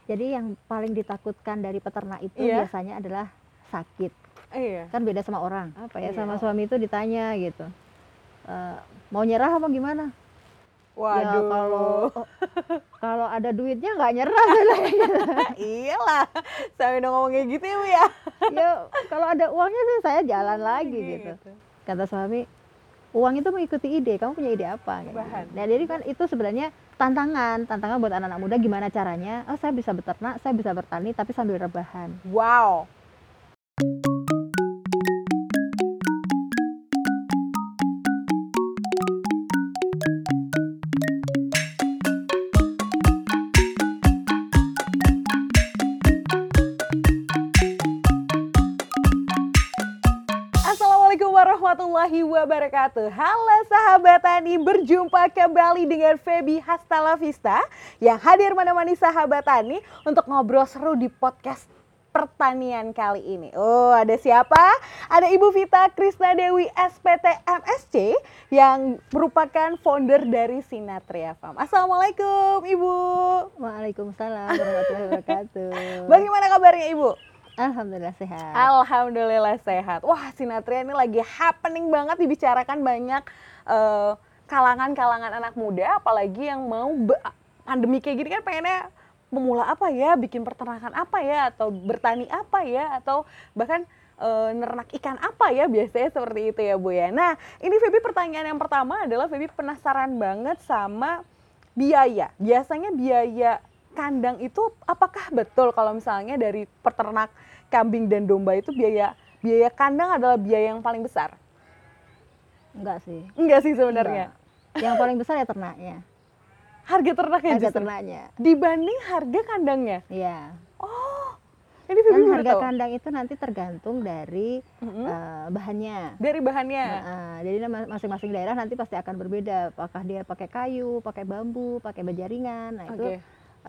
Jadi yang paling ditakutkan dari peternak itu Iya. biasanya adalah sakit. Iya. Kan beda sama orang. Apa ya, Iya. sama suami itu ditanya gitu. Mau nyerah apa gimana? Ya Waduh. kalau ada duitnya nggak nyerah saya. Iyalah, sampai udah ngomong kayak gitu ya Bu ya. Ya kalau ada uangnya sih saya jalan lagi gitu. Kata suami, uang itu mengikuti ide, kamu punya ide apa? Kayak Bahan. gitu. Nah jadi kan itu sebenarnya tantangan buat anak-anak muda, gimana caranya, oh saya bisa beternak, saya bisa bertani tapi sambil rebahan. Wow. Assalamualaikum warahmatullahi wabarakatuh. Halo sahabat tani, berjumpa kembali dengan Feby Hastalavista yang hadir menemani sahabat tani untuk ngobrol seru di podcast pertanian kali ini. Oh, ada siapa? Ada Ibu Vita Krisnadewi SPT MSc yang merupakan founder dari Sinatria Farm. Assalamualaikum Ibu. Waalaikumsalam warahmatullahi wabarakatuh. Bagaimana kabarnya Ibu? Alhamdulillah sehat. Alhamdulillah sehat. Wah, Sinatria ini lagi happening banget, dibicarakan banyak kalangan-kalangan anak muda, apalagi yang mau pandemi kayak gini kan pengennya memula apa ya, bikin peternakan apa ya, atau bertani apa ya, atau bahkan nernak ikan apa ya, biasanya seperti itu ya Bu ya. Nah, ini Feby, pertanyaan yang pertama adalah Feby penasaran banget sama biaya. Biasanya biaya kandang itu apakah betul kalau misalnya dari peternak kambing dan domba itu biaya kandang adalah biaya yang paling besar? Enggak sih. Enggak sih sebenarnya. Enggak. Yang paling besar ya ternaknya. Harga ternaknya Harga justru ternaknya. dibanding harga kandangnya. Iya. Oh, ini Feby baru harga tahu. kandang itu nanti tergantung dari bahannya. Dari bahannya. Jadi masing-masing daerah nanti pasti akan berbeda. Apakah dia pakai kayu, pakai bambu, pakai bajaringan. Nah itu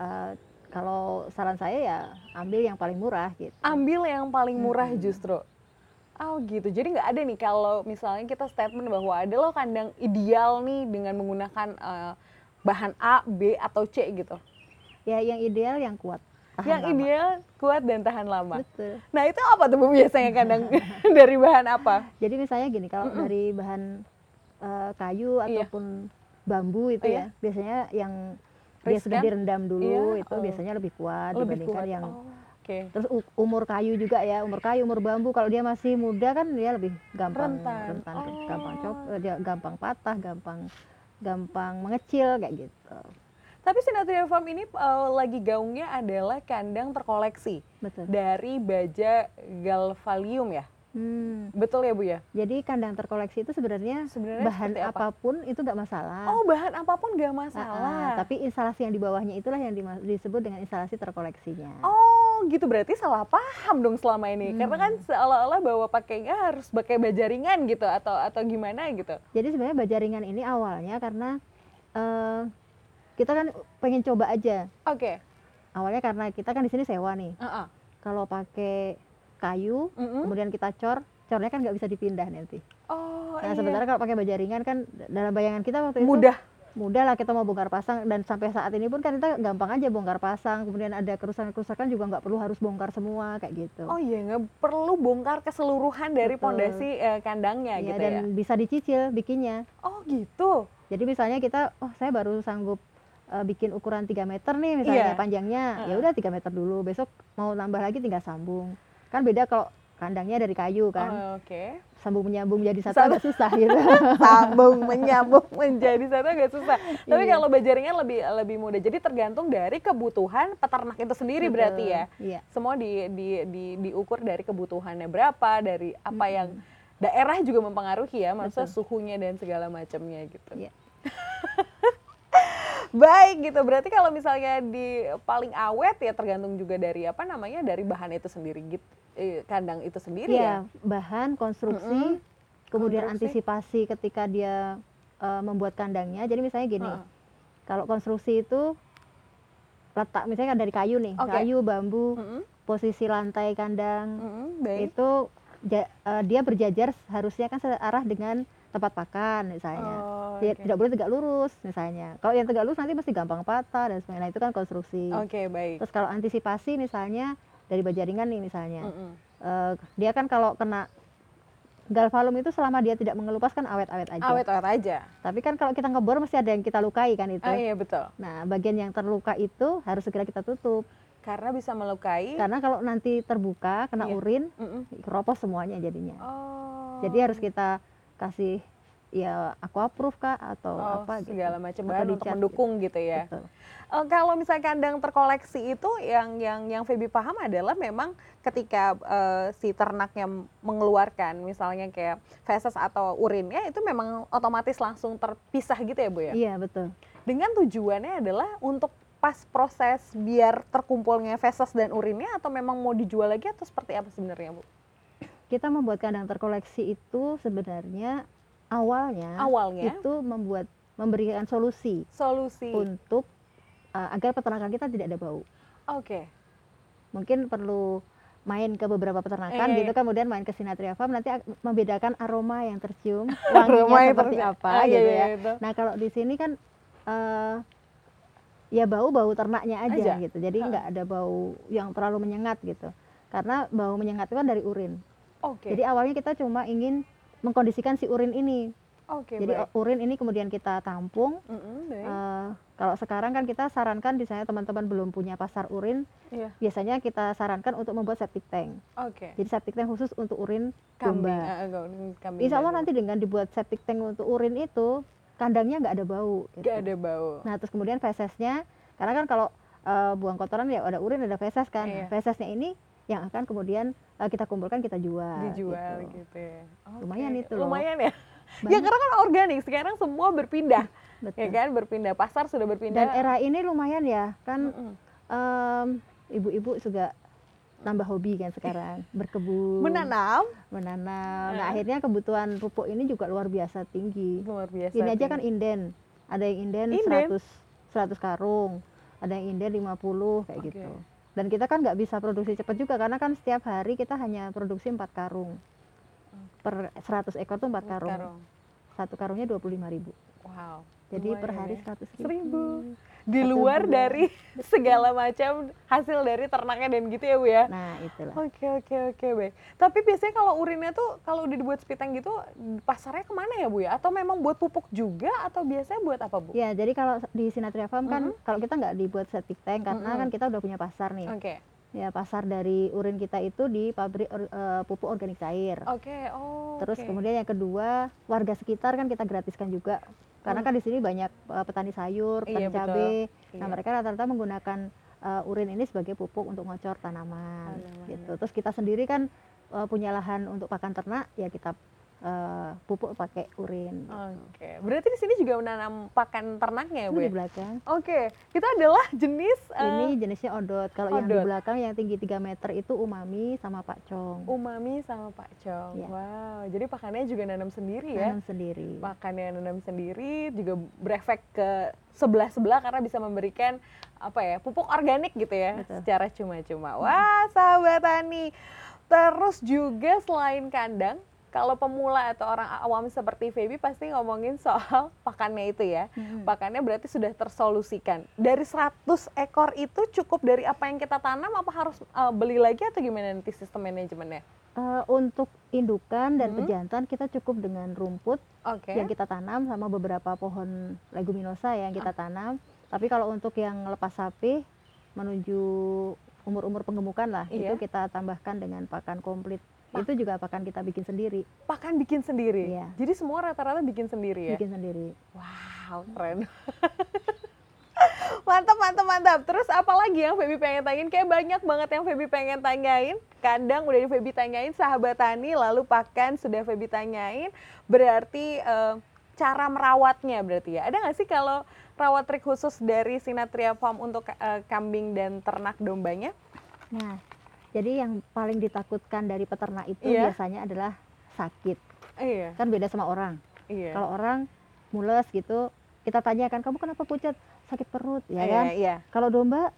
kalau saran saya ya ambil yang paling murah gitu. Ambil yang paling murah justru. Oh gitu, jadi nggak ada nih kalau misalnya kita statement bahwa ada loh kandang ideal nih dengan menggunakan bahan A, B, atau C gitu. Ya yang ideal yang kuat. Yang lama. ideal kuat dan tahan lama. Betul. Nah itu apa tuh Bu biasanya kandang dari bahan apa? Jadi misalnya gini, kalau dari bahan kayu ataupun bambu itu ya, biasanya yang dia sudah direndam dulu itu biasanya lebih kuat dibandingkan yang terus umur kayu juga ya, umur kayu, umur bambu kalau dia masih muda kan dia lebih gampang rentan, gampang patah, gampang mengecil kayak gitu. Tapi Sinatria Farm ini lagi gaungnya adalah kandang terkoleksi. Betul. Dari baja galvalium ya. Betul ya Bu ya? Jadi kandang terkoleksi itu sebenarnya bahan apapun itu nggak masalah. Oh, bahan apapun nggak masalah. Tapi instalasi yang di bawahnya itulah yang disebut dengan instalasi terkoleksinya. Oh gitu, berarti salah paham dong selama ini. Karena kan seolah-olah bahwa pakainya harus pakai bajaringan gitu atau gimana gitu. Jadi sebenarnya bajaringan ini awalnya karena kita kan pengen coba aja. Oke. Awalnya karena kita kan di sini sewa nih. Kalau pakai kayu, kemudian kita cornya kan nggak bisa dipindah nanti. Oh, nah, sementara kalau pakai bajaringan kan dalam bayangan kita waktu itu mudah lah kita mau bongkar pasang, dan sampai saat ini pun kan kita gampang aja bongkar pasang, kemudian ada kerusakan juga nggak perlu harus bongkar semua kayak gitu. Oh iya, nggak perlu bongkar keseluruhan dari pondasi kandangnya gitu ya. Dan bisa dicicil bikinnya. Oh gitu. Jadi misalnya kita, saya baru sanggup bikin ukuran 3 meter nih misalnya panjangnya, ya udah 3 meter dulu, besok mau nambah lagi tinggal sambung. Kan beda kalau kandangnya dari kayu kan. Sambung menyambung menjadi satu agak susah gitu. Sambung menyambung menjadi satu agak susah. Tapi kalau bajaringan lebih mudah. Jadi tergantung dari kebutuhan peternak itu sendiri. Betul. Berarti ya. Iya. Semua diukur dari kebutuhannya berapa, dari apa yang daerah juga mempengaruhi ya, maksudnya suhunya dan segala macamnya gitu. Iya. Baik gitu, berarti kalau misalnya di paling awet ya tergantung juga dari dari bahan itu sendiri gitu, kandang itu sendiri ya. Bahan, konstruksi, kemudian antisipasi ketika dia membuat kandangnya. Jadi misalnya gini, kalau konstruksi itu letak misalnya dari kayu nih, kayu, bambu, posisi lantai kandang itu dia berjajar harusnya kan searah dengan tempat pakan misalnya. Tidak boleh tegak lurus misalnya. Kalau yang tegak lurus nanti mesti gampang patah dan sebagainya. Nah, itu kan konstruksi. Baik. Terus kalau antisipasi misalnya dari baja ringan nih misalnya, dia kan kalau kena galvalum itu selama dia tidak mengelupas kan awet-awet aja. Awet-awet aja. Tapi kan kalau kita ngebor mesti ada yang kita lukai kan itu. Iya betul. Nah, bagian yang terluka itu harus segera kita tutup. Karena bisa melukai. Karena kalau nanti terbuka kena urin, keropos semuanya jadinya. Jadi harus kita kasih ya aquaproof kah atau apa gitu. Segala macam bahan untuk mendukung gitu ya. Betul. Kalau misalnya kandang terkoleksi itu yang Feby paham adalah memang ketika si ternaknya mengeluarkan misalnya kayak feses atau urinnya itu memang otomatis langsung terpisah gitu ya Bu ya? Iya betul. Dengan tujuannya adalah untuk pas proses biar terkumpulnya feses dan urinnya atau memang mau dijual lagi atau seperti apa sebenarnya Bu? Kita membuat kandang terkoleksi itu sebenarnya awalnya itu memberikan solusi untuk agar peternakan kita tidak ada bau. Mungkin perlu main ke beberapa peternakan gitu, kemudian main ke Sinatria Farm nanti membedakan aroma yang tercium, wanginya seperti apa gitu ya. Nah kalau di sini kan ya bau ternaknya aja gitu, jadi nggak ada bau yang terlalu menyengat gitu. Karena bau menyengat itu kan dari urin. Jadi awalnya kita cuma ingin mengkondisikan si urin ini. Jadi urin ini kemudian kita tampung. Kalau sekarang kan kita sarankan misalnya teman-teman belum punya pasar urin, biasanya kita sarankan untuk membuat septic tank. Jadi septic tank khusus untuk urin domba. Insya Allah nanti dengan dibuat septic tank untuk urin itu, kandangnya nggak ada bau. Gitu. Nggak ada bau. Nah terus kemudian fesesnya, karena kan kalau buang kotoran ya ada urin ada feses kan. Fesesnya ini yang akan kemudian kita kumpulkan kita jual. Dijual gitu ya. Lumayan itu loh. Lumayan ya. Ya karena kan organik, sekarang semua berpindah. Ya kan, berpindah, pasar sudah berpindah. Dan era ini lumayan ya, kan ibu-ibu juga nambah hobi kan sekarang, berkebun. Menanam. Nah akhirnya kebutuhan pupuk ini juga luar biasa tinggi. Luar biasa. Ini aja kan inden, ada yang inden 100 karung, ada yang inden 50 kayak gitu. Dan kita kan nggak bisa produksi cepat juga, karena kan setiap hari kita hanya produksi 4 karung. Per 100 ekor tuh 4 karung. Satu karungnya 25.000. Wow. Jadi per hari 100.000. Di luar dari segala macam hasil dari ternaknya dan gitu ya Bu ya. Nah itulah. Oke baik. Tapi biasanya kalau urinnya tuh kalau udah dibuat septic tank gitu pasarnya kemana ya Bu ya? Atau memang buat pupuk juga atau biasanya buat apa Bu? Ya jadi kalau di Sinatria Farm kan kalau kita nggak dibuat septic tank karena kan kita udah punya pasar nih. Ya pasar dari urin kita itu di pabrik pupuk organik cair. Terus kemudian yang kedua warga sekitar kan kita gratiskan juga. Karena kan di sini banyak petani sayur, petani cabai. Nah mereka rata-rata menggunakan urin ini sebagai pupuk untuk ngocor tanaman. Gitu. Terus kita sendiri kan punya lahan untuk pakan ternak, ya kita pupuk pakai urin. Berarti di sini juga menanam pakan ternaknya ya Bu? Di belakang. Itu adalah jenis ini jenisnya odot. Kalau yang di belakang yang tinggi 3 meter itu umami sama pakcong. Umami sama pakcong. Ya. Wow, jadi pakannya juga nanam sendiri ya? Nanam sendiri. Pakannya nanam sendiri juga berefek ke sebelah-sebelah karena bisa memberikan apa ya, pupuk organik gitu ya. Betul. Secara cuma-cuma. Wah, sahabat tani. Terus juga selain kandang, kalau pemula atau orang awam seperti Feby pasti ngomongin soal pakannya itu ya. Pakannya berarti sudah tersolusikan. Dari 100 ekor itu cukup dari apa yang kita tanam apa harus beli lagi atau gimana nanti sistem manajemennya? Untuk indukan dan pejantan kita cukup dengan rumput yang kita tanam sama beberapa pohon leguminosa yang kita tanam. Tapi kalau untuk yang lepas sapi menuju umur-umur penggemukan lah, itu kita tambahkan dengan pakan komplit. Itu juga pakan kita bikin sendiri. Pakan bikin sendiri? Iya. Jadi semua rata-rata bikin sendiri ya? Bikin sendiri. Wow, keren. Mantap. Terus apa lagi yang Feby pengen tanyain? Kayak banyak banget yang Feby pengen tanyain. Kadang udah Feby tanyain sahabat tani, lalu pakan sudah Feby tanyain. Berarti cara merawatnya berarti ya. Ada nggak sih kalau rawat trik khusus dari Sinatria Farm untuk kambing dan ternak dombanya? Nah, jadi yang paling ditakutkan dari peternak itu biasanya adalah sakit. Kan beda sama orang. Kalau orang mules gitu, kita tanyakan, kamu kenapa pucat? Sakit perut, ya kan? Kalau domba,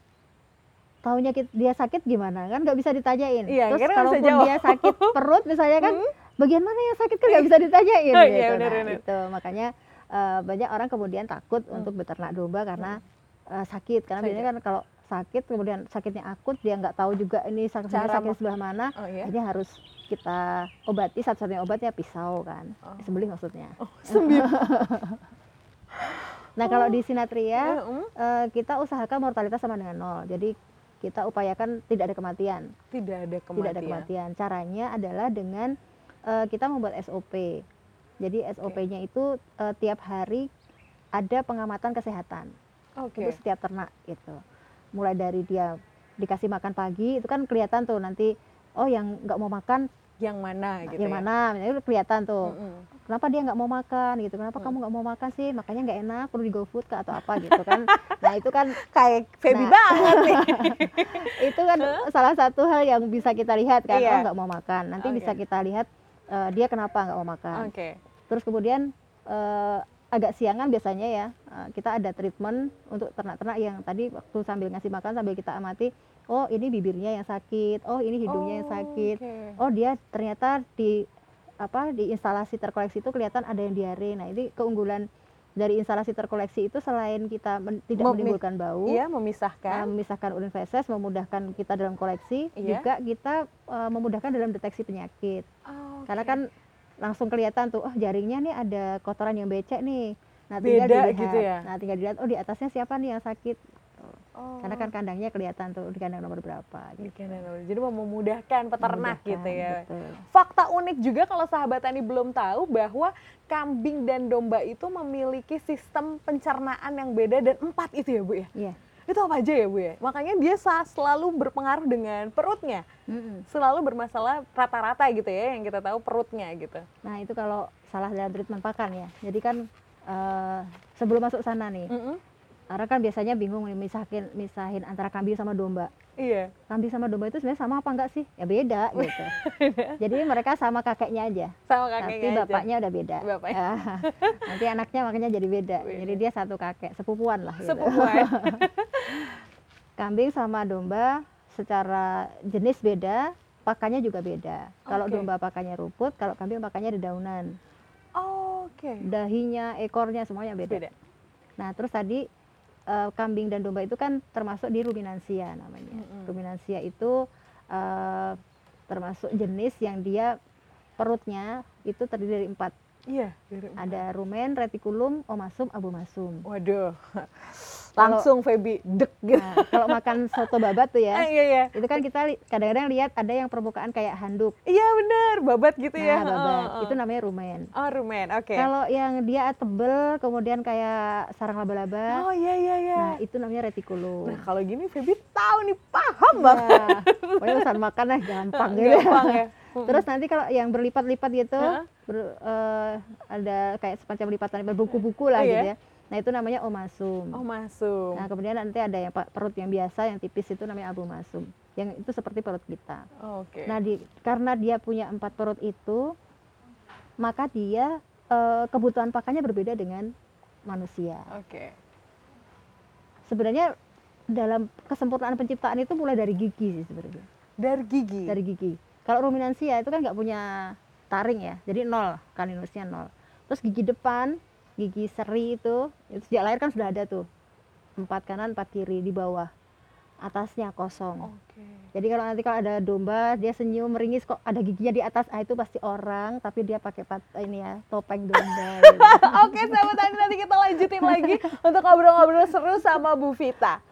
taunya dia sakit gimana? Kan nggak bisa ditanyain. Terus kalaupun dia sakit perut misalnya kan, bagian mana yang sakit kan nggak bisa ditanyain Oh, gitu. iya, bener, Nah bener. itu makanya banyak orang kemudian takut untuk beternak domba karena sakit, karena biasanya kan kalau sakit kemudian sakitnya akut, dia nggak tahu juga ini sakit sebelah mana, jadi harus kita obati. Satu-satunya obatnya pisau kan, disembelih maksudnya. Nah kalau di Sinatria kita usahakan mortalitas sama dengan 0, jadi kita upayakan tidak ada kematian. Tidak ada kematian. Caranya adalah dengan kita membuat SOP. Jadi SOP-nya itu tiap hari ada pengamatan kesehatan untuk setiap ternak gitu. Mulai dari dia dikasih makan pagi itu kan kelihatan tuh nanti, oh yang nggak mau makan yang mana gitu yang mana, itu kelihatan tuh. Kenapa dia nggak mau makan gitu, kenapa kamu nggak mau makan sih, makanya nggak enak, perlu di GoFood atau apa gitu kan. Nah itu kan kayak Feby banget nih. Itu kan salah satu hal yang bisa kita lihat kan, oh nggak mau makan, nanti bisa kita lihat dia kenapa nggak mau makan. Terus kemudian agak siangan biasanya ya, kita ada treatment untuk ternak-ternak yang tadi waktu sambil ngasih makan sambil kita amati, oh ini bibirnya yang sakit, oh ini hidungnya yang sakit, oh dia ternyata di instalasi terkoleksi itu kelihatan ada yang diare. Nah ini keunggulan dari instalasi terkoleksi itu selain kita tidak menimbulkan bau, memisahkan urin feses, memudahkan kita dalam koleksi, juga kita memudahkan dalam deteksi penyakit. Karena kan langsung kelihatan tuh, oh jaringnya nih ada kotoran yang becek nih. Nah tinggal dilihat, gitu ya? Nah tinggal dilihat, oh di atasnya siapa nih yang sakit. Karena kan kandangnya kelihatan tuh di kandang nomor berapa. Gitu. Jadi memudahkan peternak gitu ya. Betul. Fakta unik juga kalau sahabat tani belum tahu bahwa kambing dan domba itu memiliki sistem pencernaan yang beda dan 4 itu ya Bu ya? Iya. Itu apa aja ya Bu ya? Makanya dia selalu berpengaruh dengan perutnya. Selalu bermasalah rata-rata gitu ya, yang kita tahu perutnya gitu. Nah itu kalau salah dalam treatment pakan ya. Jadi kan sebelum masuk sana nih, orang kan biasanya bingung misahin antara kambing sama domba. Iya. Kambing sama domba itu sebenarnya sama apa enggak sih? Ya beda gitu. Jadi mereka sama kakeknya aja. Sama kakeknya tapi bapaknya udah beda. Nanti anaknya makanya jadi beda. Jadi dia satu kakek, sepupuan lah gitu. Sepupuan. Kambing sama domba secara jenis beda, pakannya juga beda. Kalau domba pakannya rumput, kalau kambing pakannya dedaunan. Dahinya, ekornya semuanya beda. Nah, terus tadi kambing dan domba itu kan termasuk di ruminansia namanya. Ruminansia itu termasuk jenis yang dia perutnya itu terdiri dari 4. Iya. Ada rumen, retikulum, omasum, abomasum. Waduh. Langsung Feby dek gitu. Nah, kalau makan soto babat tuh ya, iya. itu kan kita kadang-kadang lihat ada yang permukaan kayak handuk. Iya benar, babat gitu ya. Babat. Itu namanya rumen. Oh rumen, oke. Kalau yang dia tebel, kemudian kayak sarang laba-laba. Oh iya. Nah itu namanya retikulum. Nah kalau gini Feby tahu nih, paham banget. Pokoknya urusan makan lah gampang gitu. Gampang ya. Terus nanti kalau yang berlipat-lipat gitu, ada kayak semacam lipatan berbuku-buku lah gitu ya. Nah itu namanya omasum. Nah kemudian nanti ada yang perut yang biasa, yang tipis itu namanya abomasum. Yang itu seperti perut kita. Nah karena dia punya 4 perut itu, maka dia kebutuhan pakannya berbeda dengan manusia. Sebenarnya dalam kesempurnaan penciptaan itu mulai dari gigi sih sebenarnya. Dari gigi. Kalau ruminansia itu kan nggak punya taring ya, jadi 0, kaninusnya 0. Terus gigi depan, gigi seri itu sejak lahir kan sudah ada tuh, 4 kanan 4 kiri di bawah, atasnya kosong. Jadi kalau nanti ada domba dia senyum meringis kok ada giginya di atas, itu pasti orang, tapi dia pakai topeng domba. Gitu. Oke sahabat tani, nanti kita lanjutin lagi untuk ngobrol-ngobrol seru sama Bu Vita.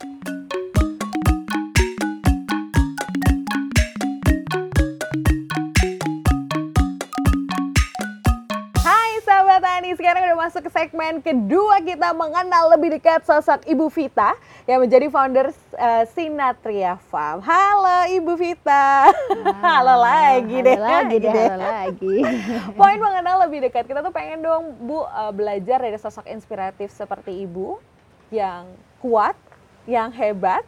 Sekarang udah masuk ke segmen kedua, kita mengenal lebih dekat sosok Ibu Vita yang menjadi founder Sinatria Farm. Halo Ibu Vita. Halo lagi deh. Halo lagi. Poin mengenal lebih dekat, kita tuh pengen dong Bu belajar dari sosok inspiratif seperti Ibu yang kuat, yang hebat.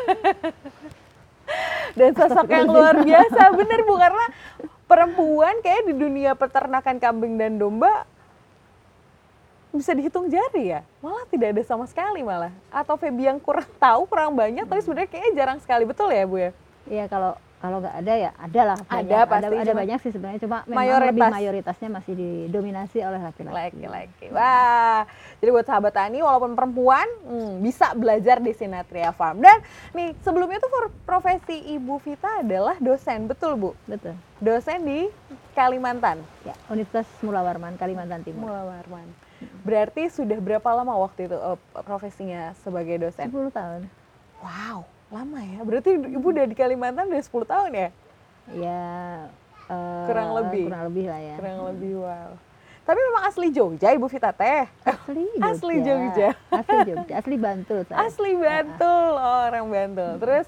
Dan sosok yang luar biasa, bener Bu, karena perempuan kayak di dunia peternakan kambing dan domba bisa dihitung jari ya, malah tidak ada sama sekali malah. Atau Feby yang kurang tahu, kurang banyak, tapi sebenarnya kayaknya jarang sekali, betul ya Bu ya? Iya, kalau kalau nggak ada ya ada lah banyak. Ada banyak sih sebenarnya, cuma memang lebih mayoritasnya masih didominasi oleh laki-laki. Wah, jadi buat sahabat tani walaupun perempuan bisa belajar di Sinatria Farm. Dan nih sebelumnya tuh profesi Ibu Vita adalah dosen, betul Bu? Betul. Dosen di Kalimantan. Ya, Universitas Mula Warman Kalimantan Timur. Mula Warman. Berarti sudah berapa lama waktu itu profesinya sebagai dosen? 10 tahun. Wow, lama ya. Berarti Ibu udah di Kalimantan udah 10 tahun ya? Ya, kurang lebih lah ya. Kurang lebih, wow. Tapi memang asli Jogja Ibu Vita teh? Asli Jogja. Asli Bantul. Asli Bantul, orang Bantul. Terus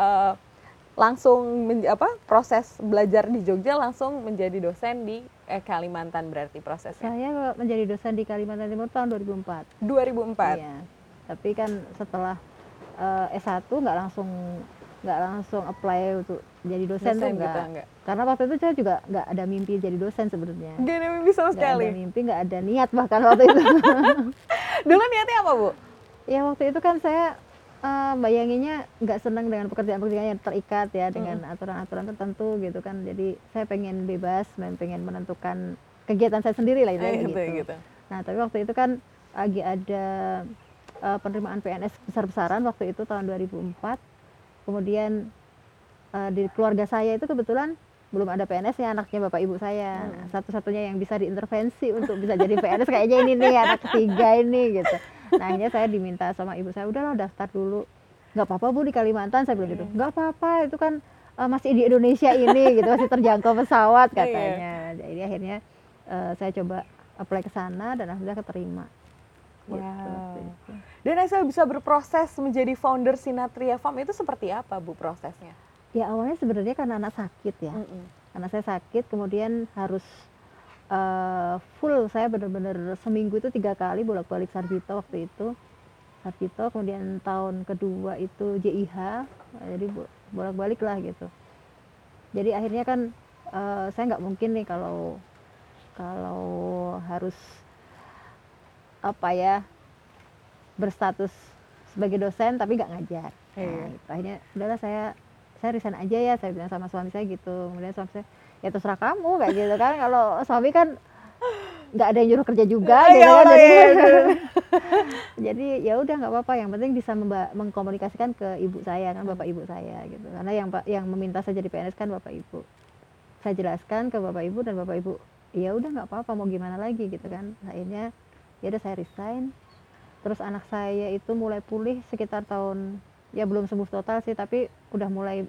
langsung proses belajar di Jogja langsung menjadi dosen di Kalimantan berarti prosesnya? Saya menjadi dosen di Kalimantan Timur tahun 2004. 2004? Iya. Tapi kan setelah S1 nggak langsung apply untuk jadi dosen tuh enggak. Karena waktu itu saya juga nggak ada mimpi jadi dosen sebenarnya. Nggak ada mimpi sama sekali? Nggak ada mimpi, nggak ada niat bahkan waktu itu. Dulu niatnya apa Bu? Ya waktu itu kan saya bayanginnya nggak senang dengan pekerjaan-pekerjaan yang terikat ya dengan aturan-aturan tertentu gitu kan. Jadi saya pengen bebas, pengen menentukan kegiatan saya sendiri lah gitu. Nah tapi waktu itu kan lagi ada penerimaan PNS besar-besaran waktu itu tahun 2004. Kemudian di keluarga saya itu kebetulan belum ada PNS-nya, anaknya bapak ibu saya. Nah, satu-satunya yang bisa diintervensi untuk bisa jadi PNS kayaknya ini nih, anak ketiga ini gitu. Nah akhirnya saya diminta sama ibu saya, udahlah daftar dulu. Nggak apa-apa Bu di Kalimantan, saya bilang gitu. Nggak apa-apa, itu kan masih di Indonesia ini gitu, masih terjangkau pesawat katanya. Jadi akhirnya saya coba apply ke sana dan alhamdulillah keterima. Wow. Gitu. Dan saya bisa berproses menjadi founder Sinatria Farm itu seperti apa Bu prosesnya? Ya awalnya sebenarnya karena anak sakit ya. Karena saya sakit kemudian harus full, saya benar-benar seminggu itu 3 kali bolak-balik Sarjito waktu itu. Sarjito, kemudian tahun kedua itu JIH, jadi bolak-balik lah gitu. Jadi akhirnya kan saya nggak mungkin nih kalau harus berstatus sebagai dosen tapi nggak ngajar. Nah, gitu. Akhirnya udahlah saya resign aja ya, saya bilang sama suami saya gitu. Kemudian suami saya, ya terserah kamu kayak gitu kan. Kalau suami kan nggak ada yang nyuruh kerja juga gitu kan. Jadi ya udah nggak apa-apa, yang penting bisa mengkomunikasikan ke ibu saya kan, bapak ibu saya gitu. Karena yang meminta saya jadi PNS kan bapak ibu. Saya jelaskan ke bapak ibu dan bapak ibu, ya udah nggak apa-apa, mau gimana lagi gitu kan. Akhirnya ya udah saya resign. Terus anak saya itu mulai pulih sekitar tahun, ya belum sembuh total sih, tapi udah mulai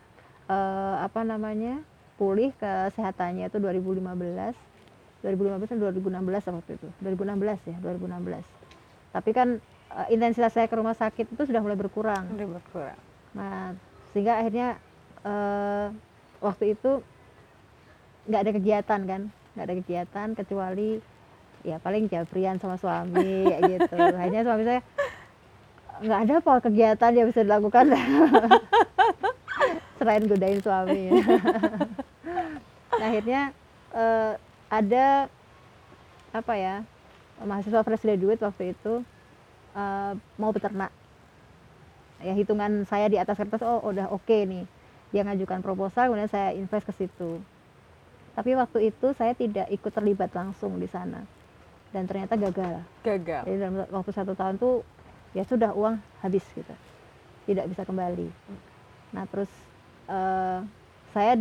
pulih kesehatannya itu 2015 dan 2016 waktu itu. 2016. Tapi kan intensitas saya ke rumah sakit itu sudah mulai berkurang. Nah, sehingga akhirnya waktu itu nggak ada kegiatan kecuali ya paling jabrian sama suami kayak gitu. Akhirnya suami saya, nggak ada apa kegiatan yang bisa dilakukan selain godain suami. Nah, akhirnya ada mahasiswa fresh graduate waktu itu mau beternak. Ya hitungan saya di atas kertas, udah oke nih. Dia ngajukan proposal, kemudian saya invest ke situ. Tapi waktu itu saya tidak ikut terlibat langsung di sana. Dan ternyata gagal. Jadi dalam waktu 1 tahun tuh ya sudah, uang habis gitu, tidak bisa kembali. Nah terus saya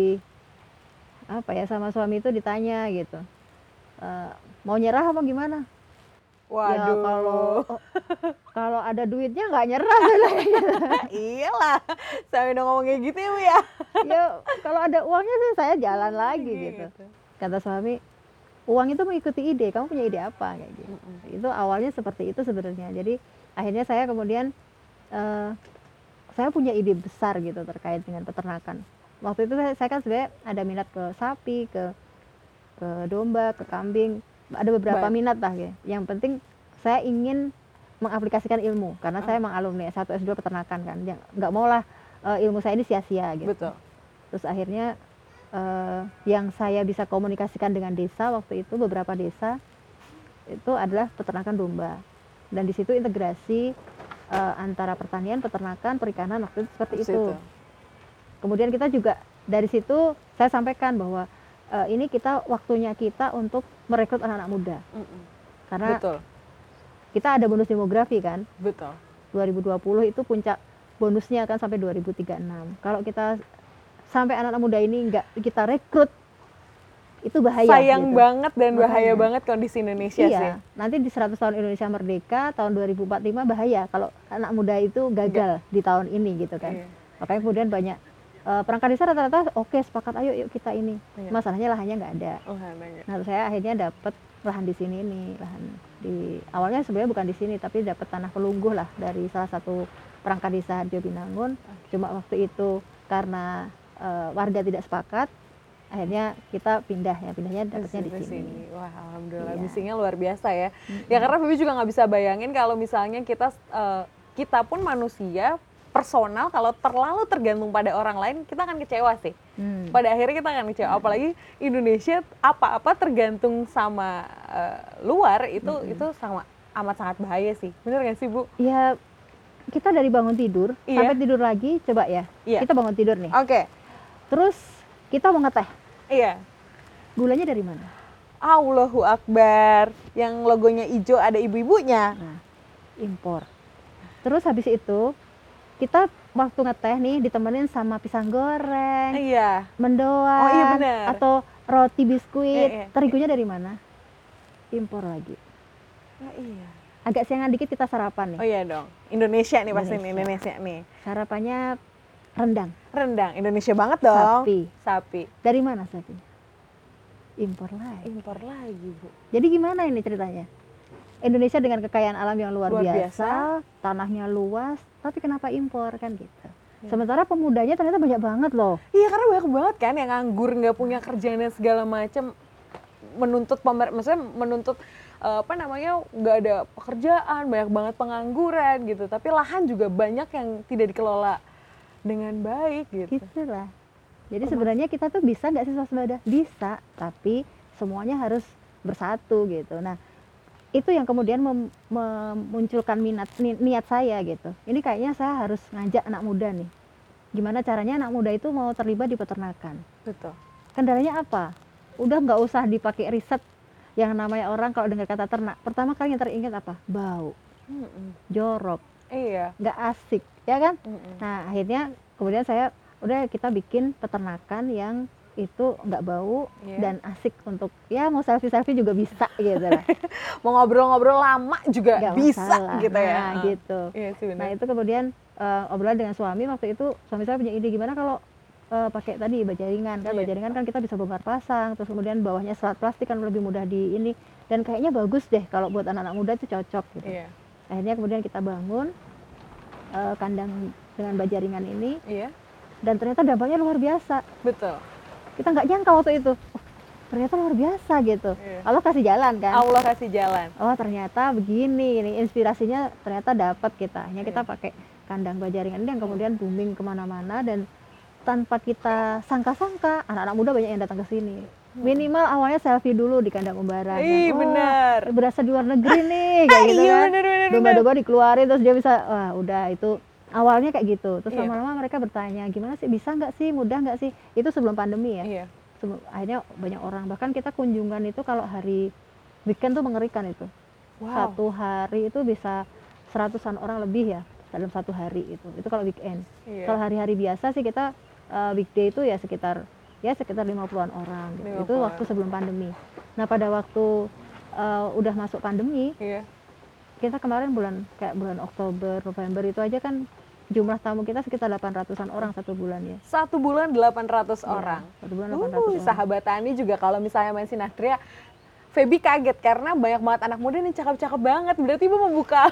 sama suami itu ditanya gitu, mau nyerah apa gimana? Waduh. Ya kalau ada duitnya nggak nyerah. Iyalah, saya udah ngomong kayak gitu ya Bu ya. Ya kalau ada uangnya sih saya jalan lagi gitu. Kata suami, uang itu mengikuti ide, kamu punya ide apa kayak gitu. Itu awalnya seperti itu sebenarnya. Jadi akhirnya saya kemudian saya punya ide besar gitu terkait dengan peternakan. Waktu itu saya kan sebenarnya ada minat ke sapi, ke domba, ke kambing, ada beberapa minat lah ya. Yang penting saya ingin mengaplikasikan ilmu karena saya emang alumni S1 S2 peternakan kan. Nggak mau lah ilmu saya ini sia-sia gitu. Betul. Terus akhirnya yang saya bisa komunikasikan dengan desa waktu itu, beberapa desa itu adalah peternakan domba, dan di situ integrasi antara pertanian, peternakan, perikanan waktu itu seperti itu. Kemudian kita juga dari situ saya sampaikan bahwa ini waktunya kita untuk merekrut anak-anak muda. Karena betul. Kita ada bonus demografi kan. Betul. 2020 itu puncak bonusnya kan sampai 2036. Kalau kita sampai anak-anak muda ini nggak kita rekrut, itu bahaya. Sayang gitu. Banget dan bahaya banget kondisi Indonesia iya, sih. Nanti di 100 tahun Indonesia Merdeka tahun 2045 bahaya kalau anak muda itu gagal di tahun ini gitu kan. Iya. Makanya kemudian banyak perangkat desa rata-rata oke, sepakat, ayo yuk kita ini. Iya. Masalahnya lahannya nggak ada. Nah, saya akhirnya dapat lahan di sini nih, awalnya sebenarnya bukan di sini tapi dapat tanah pelungguh lah dari salah satu perangkat desa Harjo Binangun. Cuma waktu itu karena warga tidak sepakat, akhirnya kita pindahnya dapatnya di sini. Wah, alhamdulillah, misinya luar biasa ya. Ya karena Febi juga nggak bisa bayangin kalau misalnya kita pun manusia personal, kalau terlalu tergantung pada orang lain, kita akan kecewa sih. Pada akhirnya kita akan kecewa. Apalagi Indonesia apa-apa tergantung sama luar, itu amat sangat bahaya sih. Bener nggak sih, Bu? Ya, kita dari bangun tidur sampai tidur lagi, coba ya. Kita bangun tidur nih. Oke. Terus kita mau ngeteh. Iya. Gulanya dari mana? Allahu Akbar. Yang logonya hijau ada ibu-ibunya. Nah, impor. Terus habis itu kita waktu ngeteh nih ditemenin sama pisang goreng, mendoan, iya bener, atau roti biskuit. Terigunya dari mana? Impor lagi. Iya. Agak siangan dikit kita sarapan nih. Oh iya dong. Indonesia nih pasti nih, Indonesia nih. Sarapannya rendang. Indonesia banget dong. Sapi. Dari mana sapinya? Impor lagi, Bu. Jadi gimana ini ceritanya? Indonesia dengan kekayaan alam yang luar biasa, tanahnya luas, tapi kenapa impor kan gitu. Sementara pemudanya ternyata banyak banget loh. Iya, karena banyak banget kan yang nganggur, nggak punya kerjaan dan segala macam, menuntut nggak ada pekerjaan, banyak banget pengangguran gitu. Tapi lahan juga banyak yang tidak dikelola dengan baik gitu. Gitulah. Jadi sebenarnya kita tuh bisa nggak sih swasembada? Bisa, tapi semuanya harus bersatu gitu. Nah, itu yang kemudian memunculkan niat saya gitu. Ini kayaknya saya harus ngajak anak muda nih. Gimana caranya anak muda itu mau terlibat di peternakan. Betul. Kendalanya apa? Udah nggak usah dipakai riset. Yang namanya orang kalau dengar kata ternak, pertama kali yang teringat apa? Bau, jorok, nggak asik, ya kan? Nah, akhirnya kemudian kita bikin peternakan yang itu nggak bau dan asik untuk mau selfie juga bisa gitu lah. Mau ngobrol-ngobrol lama juga gak bisa masalah. Gitu ya. Nah, gitu. Iya sih, benar. Nah, itu kemudian obrolan dengan suami waktu itu, suami saya punya ide gimana kalau pakai tadi bajaringan kan. Bajaringan kan kita bisa bongkar pasang, terus kemudian bawahnya selat plastik kan lebih mudah di ini, dan kayaknya bagus deh kalau buat anak-anak muda itu cocok gitu. Akhirnya kemudian kita bangun kandang dengan bajaringan ini. Dan ternyata dampaknya luar biasa. Betul. Kita nggak nyangka waktu itu, ternyata luar biasa gitu. Allah kasih jalan kan. Allah kasih jalan. Oh, ternyata begini, ini inspirasinya ternyata dapat kita. Hanya kita pakai kandang bajaringan ini yang kemudian booming kemana-mana, dan tanpa kita sangka-sangka anak-anak muda banyak yang datang ke sini. Minimal awalnya selfie dulu di kandang umbaran. Benar. Berasa di luar negeri nih, kayak gitu kan. Domba-domba dikeluarin terus dia bisa, wah udah itu. Awalnya kayak gitu, terus lama-lama mereka bertanya, gimana sih, bisa nggak sih, mudah nggak sih? Itu sebelum pandemi ya. Akhirnya banyak orang, bahkan kita kunjungan itu kalau hari weekend tuh mengerikan itu. Satu hari itu bisa 100-an orang lebih ya dalam satu hari itu kalau weekend. Kalau hari-hari biasa sih kita weekday itu ya sekitar 50-an orang gitu. Itu waktu sebelum pandemi. Nah, pada waktu udah masuk pandemi, kita kemarin bulan Oktober, November itu aja kan jumlah tamu kita sekitar 800-an orang satu bulan ya. Satu bulan 800 orang. Satu bulan 800 orang. Sahabat Tani juga kalau misalnya main Sinatria, Febi kaget karena banyak banget anak muda nih, cakep-cakep banget. Berarti Ibu membuka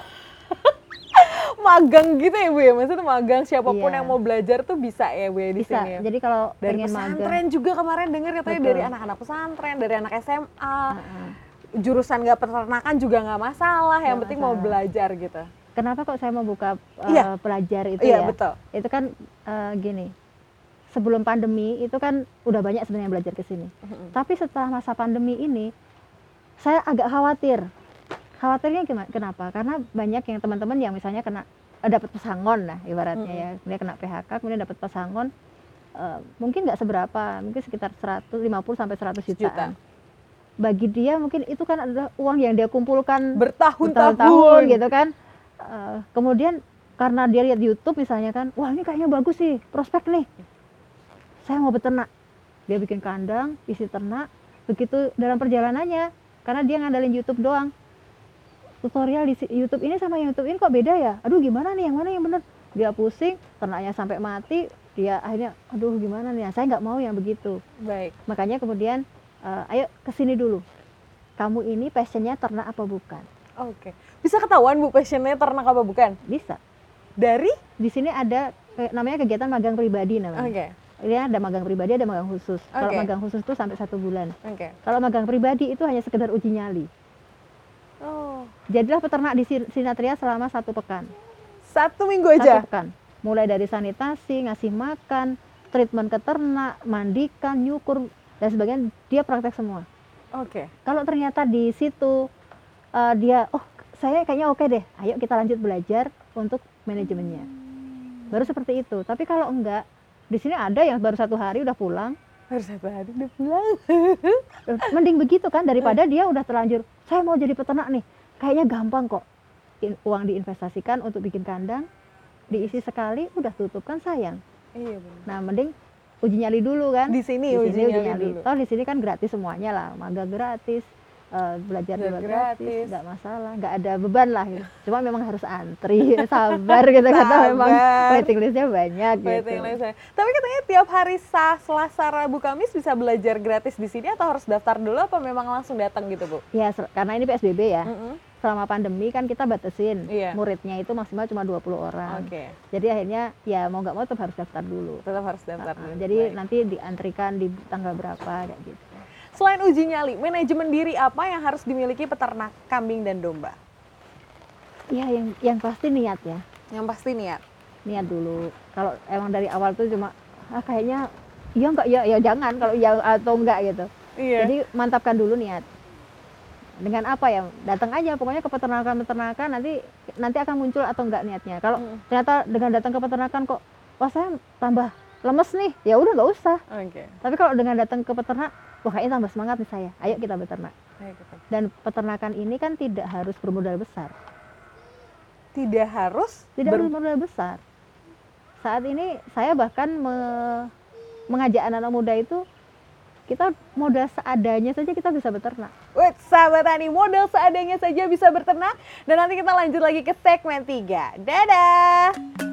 magang gitu ya, Bu ya? Maksudnya magang siapapun yang mau belajar tuh bisa ya, Bu ya, di sini. Jadi kalau dari pengen pesantren magang juga kemarin dengar katanya. Betul. Dari anak-anak pesantren, dari anak SMA. Jurusan nggak peternakan juga nggak masalah, yang penting mau belajar gitu. Kenapa kok saya mau buka pelajar itu ya? Betul. Itu kan gini, sebelum pandemi itu kan udah banyak sebenarnya yang belajar ke sini. Tapi setelah masa pandemi ini, saya agak khawatir. Khawatirnya kenapa? Karena banyak yang teman-teman yang misalnya dapat pesangon lah ibaratnya ya, dia kena PHK, kemudian dapat pesangon, mungkin nggak seberapa, mungkin sekitar 150 sampai 100 jutaan. Bagi dia mungkin itu kan adalah uang yang dia kumpulkan bertahun-tahun gitu kan. Kemudian karena dia lihat YouTube misalnya kan, wah ini kayaknya bagus sih, prospek nih, saya mau beternak. Dia bikin kandang, isi ternak. Begitu dalam perjalanannya, karena dia ngandalin YouTube doang, tutorial di YouTube ini sama YouTube ini kok beda ya, aduh gimana nih, yang mana yang bener, dia pusing, ternaknya sampai mati. Dia akhirnya, aduh gimana nih, saya nggak mau yang begitu. Baik. Makanya kemudian, ayo kesini dulu, kamu ini passionnya ternak apa bukan? Oke. Bisa ketahuan Bu passionnya ternak apa bukan? Bisa. Dari? Di sini ada namanya kegiatan magang pribadi namanya. Oke. Ini ada magang pribadi, ada magang khusus. Kalau magang khusus itu sampai 1 bulan. Kalau magang pribadi itu hanya sekedar uji nyali. Oh. Jadilah peternak di Sinatria selama 1 pekan. 1 minggu aja? 1 pekan. Mulai dari sanitasi, ngasih makan, treatment ke ternak, mandikan, nyukur, dan sebagainya, dia praktek semua. Oke. Kalau ternyata di situ dia, oh saya kayaknya oke deh, ayo kita lanjut belajar untuk manajemennya. Baru seperti itu. Tapi kalau enggak, di sini ada yang baru 1 hari udah pulang. Baru 1 hari udah pulang? Mending begitu kan, daripada dia udah terlanjur, saya mau jadi peternak nih, kayaknya gampang kok. Uang diinvestasikan untuk bikin kandang, diisi sekali, udah tutup kan sayang. Iya benar. Nah, mending uji nyali dulu kan. Di sini uji nyali dulu. Toh di sini kan gratis semuanya lah, magang gratis, belajar juga gratis, nggak masalah, nggak ada beban lah gitu. Cuma memang harus antri, sabar gitu, karena memang waiting listnya banyak gitu. Tapi katanya tiap hari Selasa, Rabu, Kamis bisa belajar gratis di sini, atau harus daftar dulu apa memang langsung datang gitu Bu? Ya karena ini PSBB ya. Selama pandemi kan kita batasin, muridnya itu maksimal cuma 20 orang. Jadi akhirnya ya mau nggak mau tetap harus daftar dulu. Tetap harus daftar dulu. Jadi nanti diantrikan di tanggal berapa kayak gitu. Selain uji nyali, manajemen diri apa yang harus dimiliki peternak kambing dan domba? Ya yang pasti niat ya. Yang pasti niat. Niat dulu. Kalau emang dari awal tuh cuma kayaknya iya enggak ya jangan, kalau iya atau enggak gitu. Iya. Jadi mantapkan dulu niat. Dengan apa ya, datang aja pokoknya ke peternakan nanti akan muncul atau enggak niatnya. Kalau ternyata dengan datang ke peternakan kok wah saya tambah lemes nih, ya udah nggak usah. Tapi kalau dengan datang ke peternak, wah kayaknya tambah semangat nih saya, ayo kita beternak. Dan peternakan ini kan tidak harus bermodal besar. Tidak harus bermodal besar. Saat ini saya bahkan mengajak anak-anak muda itu, kita modal seadanya saja kita bisa beternak. Wait, sahabat tani, modal seadanya saja bisa beternak. Dan nanti kita lanjut lagi ke segmen 3. Dadah!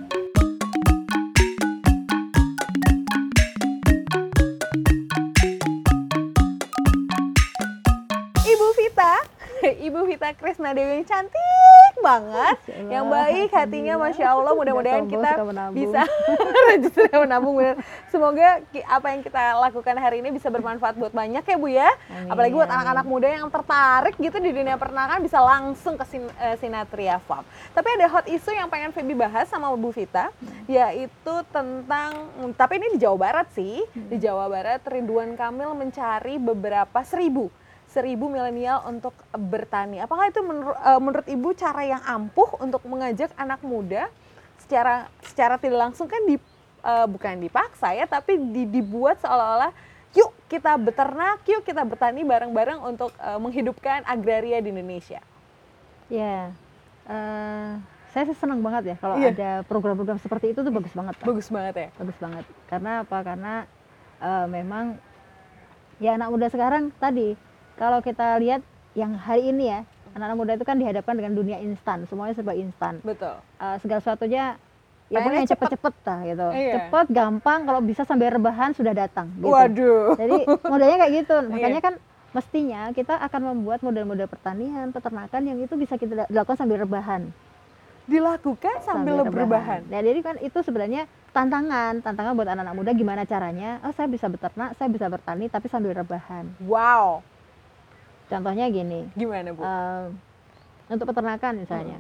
Ibu Vita Krisna Dewi yang cantik banget, yang baik hatinya, Masya Allah. Mudah-mudahan kita bisa rajin menabung. Semoga apa yang kita lakukan hari ini bisa bermanfaat buat banyak ya Bu ya. Amin, apalagi buat anak-anak muda yang tertarik gitu di dunia peternakan, bisa langsung ke Sinatria Farm. Tapi ada hot issue yang pengen Feby bahas sama Bu Vita, yaitu tentang, tapi ini di Jawa Barat sih. Di Jawa Barat Ridwan Kamil mencari beberapa 1000 milenial untuk bertani. Apakah itu menurut Ibu cara yang ampuh untuk mengajak anak muda secara tidak langsung kan bukan dipaksa ya, tapi dibuat seolah-olah yuk kita beternak, yuk kita bertani bareng-bareng untuk menghidupkan agraria di Indonesia. Ya, saya sih senang banget ya kalau ada program-program seperti itu tuh bagus banget. Bagus banget ya? Bagus banget. Karena apa? Karena memang ya anak muda sekarang tadi, kalau kita lihat yang hari ini ya, anak-anak muda itu kan dihadapkan dengan dunia instan, semuanya serba instan. Betul. Segala sesuatunya ya pokoknya cepet-cepet lah gitu. Cepet, gampang, kalau bisa sambil rebahan sudah datang gitu. Waduh. Jadi modalnya kayak gitu. Makanya kan mestinya kita akan membuat model-model pertanian, peternakan yang itu bisa kita lakukan sambil rebahan. Dilakukan sambil rebahan. Nah, jadi kan itu sebenarnya tantangan buat anak-anak muda, gimana caranya, oh saya bisa beternak, saya bisa bertani tapi sambil rebahan. Wow. Contohnya gini. Gimana Bu? Untuk peternakan misalnya.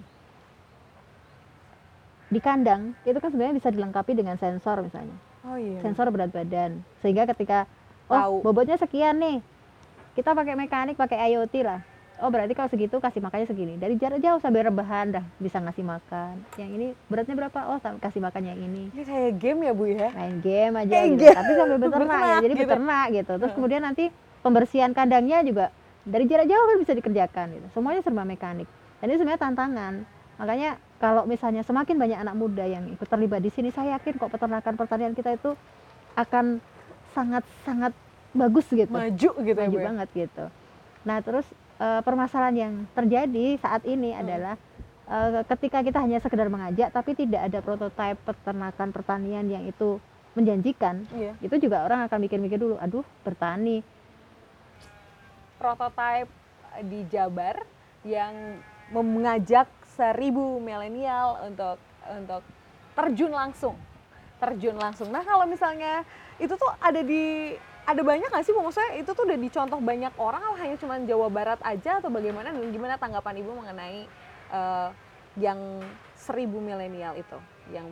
Di kandang itu kan sebenarnya bisa dilengkapi dengan sensor misalnya. Oh iya. Sensor berat badan. Sehingga ketika bobotnya sekian nih, kita pakai mekanik, pakai IoT lah. oh berarti kalau segitu kasih makannya segini, dari jarak jauh sambil rebahan dah bisa ngasih makan. Yang ini beratnya berapa, oh kasih makan yang ini. Ini kayak game ya Bu ya, main game aja gitu, game. tapi sambil beternak ya, jadi beternak gitu. Terus kemudian nanti pembersihan kandangnya juga dari jarak jauh kan bisa dikerjakan gitu, semuanya serba mekanik. Dan ini sebenarnya tantangan. Makanya kalau misalnya semakin banyak anak muda yang ikut terlibat di sini, saya yakin kok peternakan pertanian kita itu akan sangat bagus gitu, maju gitu, maju ya, banget gitu. Nah terus permasalahan yang terjadi saat ini adalah ketika kita hanya sekedar mengajak tapi tidak ada prototipe peternakan pertanian yang itu menjanjikan, itu juga orang akan mikir-mikir dulu, aduh bertani. Prototipe di Jabar yang mengajak 1.000 milenial untuk terjun langsung. Nah kalau misalnya itu tuh ada banyak nggak sih Bu? Maksudnya itu tuh udah dicontoh banyak orang, atau hanya cuma Jawa Barat aja, atau bagaimana, dan gimana tanggapan Ibu mengenai yang 1.000 milenial itu? Yang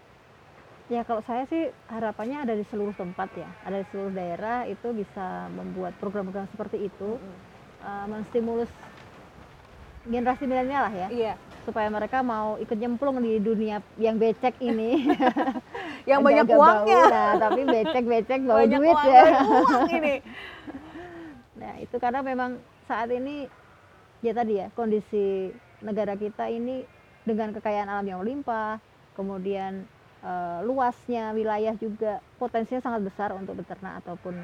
ya kalau saya sih harapannya ada di seluruh tempat ya, ada di seluruh daerah itu bisa membuat program-program seperti itu, menstimulus generasi milenial lah ya, supaya mereka mau ikut nyemplung di dunia yang becek ini. Yang banyak uangnya, tapi becek bau banyak duit uang, ya. Uang ini. Nah itu karena memang saat ini ya tadi ya, kondisi negara kita ini dengan kekayaan alam yang melimpah, kemudian luasnya wilayah juga potensinya sangat besar untuk beternak ataupun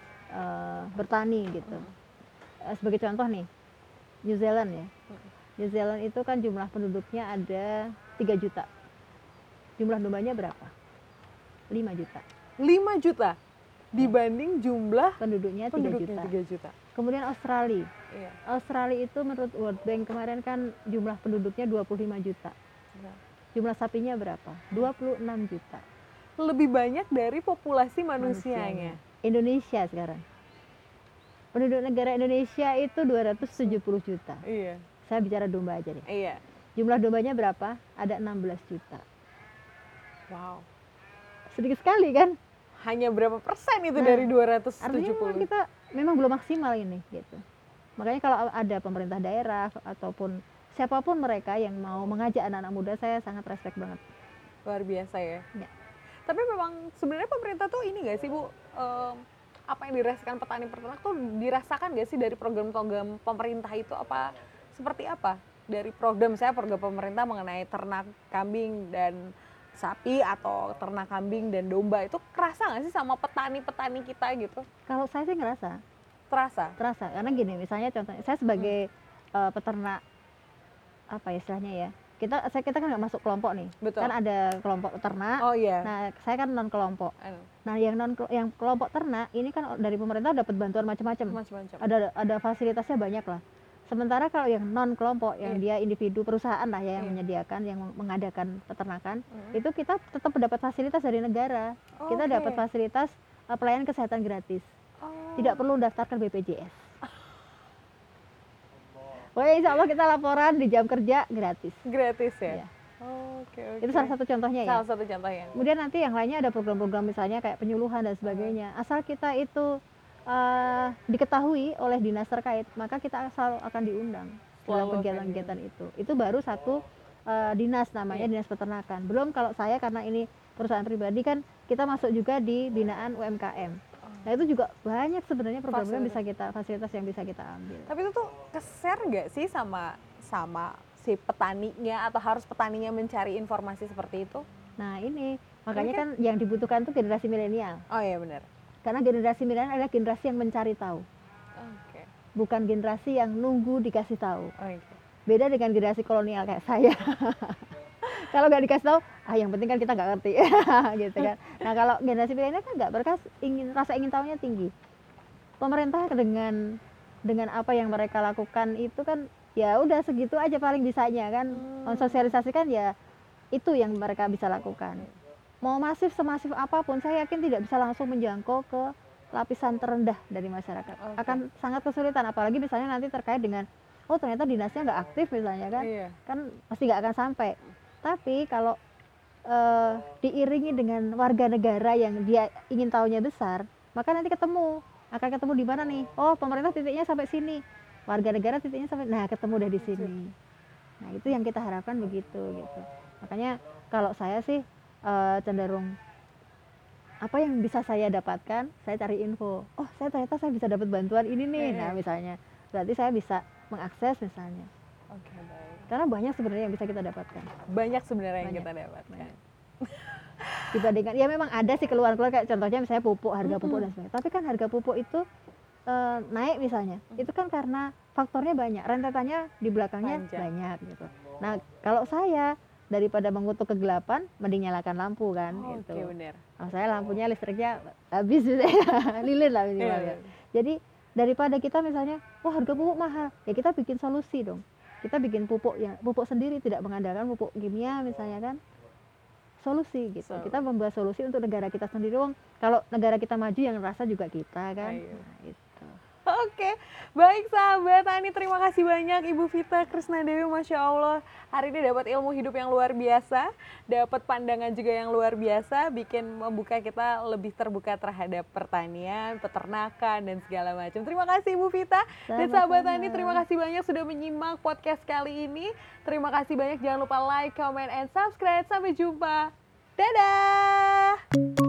bertani gitu. Sebagai contoh nih, New Zealand ya. New Zealand itu kan jumlah penduduknya ada 3 juta. Jumlah dombanya berapa? 5 juta. 5 juta dibanding jumlah penduduknya 3 juta. Kemudian Australia. Australia itu menurut World Bank kemarin kan jumlah penduduknya 25 juta. Jumlah sapinya berapa? 26 juta. Lebih banyak dari populasi manusianya. Indonesia sekarang. Penduduk negara Indonesia itu 270 juta. Iya. Saya bicara domba aja deh. Iya. Jumlah dombanya berapa? Ada 16 juta. Wow. Sedikit sekali kan? Hanya berapa persen itu dari 270? Artinya kita memang belum maksimal ini gitu. Makanya kalau ada pemerintah daerah ataupun siapapun mereka yang mau mengajak anak-anak muda, saya sangat respect banget. Luar biasa ya. Tapi memang sebenarnya pemerintah tuh ini nggak sih Bu, apa yang dirasakan petani peternak tuh dirasakan nggak sih dari program-program pemerintah itu, apa seperti apa dari program pemerintah mengenai ternak kambing dan sapi atau ternak kambing dan domba, itu kerasa nggak sih sama petani-petani kita gitu? Kalau saya sih ngerasa. Terasa karena gini, misalnya contohnya saya sebagai peternak, apa istilahnya ya, kita kan nggak masuk kelompok nih. Betul. Kan ada kelompok ternak. Nah saya kan non kelompok. Nah yang kelompok ternak ini kan dari pemerintah dapat bantuan macam-macam. Ada fasilitasnya banyak lah. Sementara kalau yang non kelompok, yang dia individu perusahaan lah ya, yang menyediakan, yang mengadakan peternakan, itu kita tetap mendapat fasilitas dari negara. Kita dapat fasilitas pelayanan kesehatan gratis. Tidak perlu daftarkan BPJS. Pokoknya insya Allah kita laporan di jam kerja gratis. Gratis ya? Itu salah satu contohnya ya. Salah satu contohnya. Kemudian nanti yang lainnya ada program-program misalnya kayak penyuluhan dan sebagainya. Asal kita itu diketahui oleh dinas terkait, maka kita selalu akan diundang dalam kegiatan-kegiatan itu. Itu baru satu dinas namanya Dinas Peternakan. Belum kalau saya karena ini perusahaan pribadi kan kita masuk juga di binaan UMKM. Nah itu juga banyak sebenarnya program-program fasilitas yang bisa kita ambil. Tapi itu tuh keser nggak sih sama si petaninya, atau harus petaninya mencari informasi seperti itu? Nah ini makanya kan yang dibutuhkan tuh generasi milenial. Oh iya benar. Karena generasi milenial adalah generasi yang mencari tahu. Bukan generasi yang nunggu dikasih tahu. Beda dengan generasi kolonial kayak saya. Kalau nggak dikasih tahu, yang penting kan kita nggak ngerti, gitu kan. Nah kalau generasi milenial kan nggak, mereka rasa ingin tahunya tinggi. Pemerintah dengan apa yang mereka lakukan itu kan, ya udah segitu aja paling bisanya kan. Mensosialisasikan ya itu yang mereka bisa lakukan. Mau semasif apapun, saya yakin tidak bisa langsung menjangkau ke lapisan terendah dari masyarakat. Akan sangat kesulitan, apalagi misalnya nanti terkait dengan, ternyata dinasnya nggak aktif misalnya kan, kan pasti nggak akan sampai. Tapi kalau diiringi dengan warga negara yang dia ingin tahunya besar, maka nanti akan ketemu di mana nih? Pemerintah titiknya sampai sini. warga negara titiknya sampai nah ketemu udah di sini. Nah itu yang kita harapkan begitu gitu. Makanya kalau saya sih cenderung apa yang bisa saya dapatkan, saya cari info. Oh, ternyata saya bisa dapat bantuan ini nih. Nah, misalnya, berarti saya bisa mengakses misalnya. Oke, baik. Karena banyak sebenarnya yang bisa kita dapatkan. Banyak sebenarnya yang kita dapatkan. Dibandingkan, ya memang ada sih keluar-keluar kayak contohnya misalnya pupuk, harga pupuk dan sebagainya. Tapi kan harga pupuk itu naik misalnya, itu kan karena faktornya banyak, rentetannya di belakangnya banyak gitu. Nah, kalau saya daripada mengutuk kegelapan, mending nyalakan lampu kan gitu. Oke, benar. Oh, saya lampunya listriknya habis gitu ya, lilin lah minimal ya. Jadi daripada kita misalnya, wah harga pupuk mahal, ya kita bikin solusi dong. Kita bikin pupuk sendiri, tidak mengandalkan pupuk kimia misalnya kan. Solusi gitu. Kita membuat solusi untuk negara kita sendiri. Kalau negara kita maju yang rasa juga kita kan. Nah, itu. Oke, baik sahabat Tani, terima kasih banyak Ibu Vita Krisnadewi, Masya Allah. Hari ini dapat ilmu hidup yang luar biasa, dapat pandangan juga yang luar biasa, bikin membuka kita lebih terbuka terhadap pertanian, peternakan, dan segala macam. Terima kasih Ibu Vita. Dan sahabat Tani, terima kasih banyak sudah menyimak podcast kali ini. Terima kasih banyak, jangan lupa like, comment, and subscribe. Sampai jumpa. Dadah!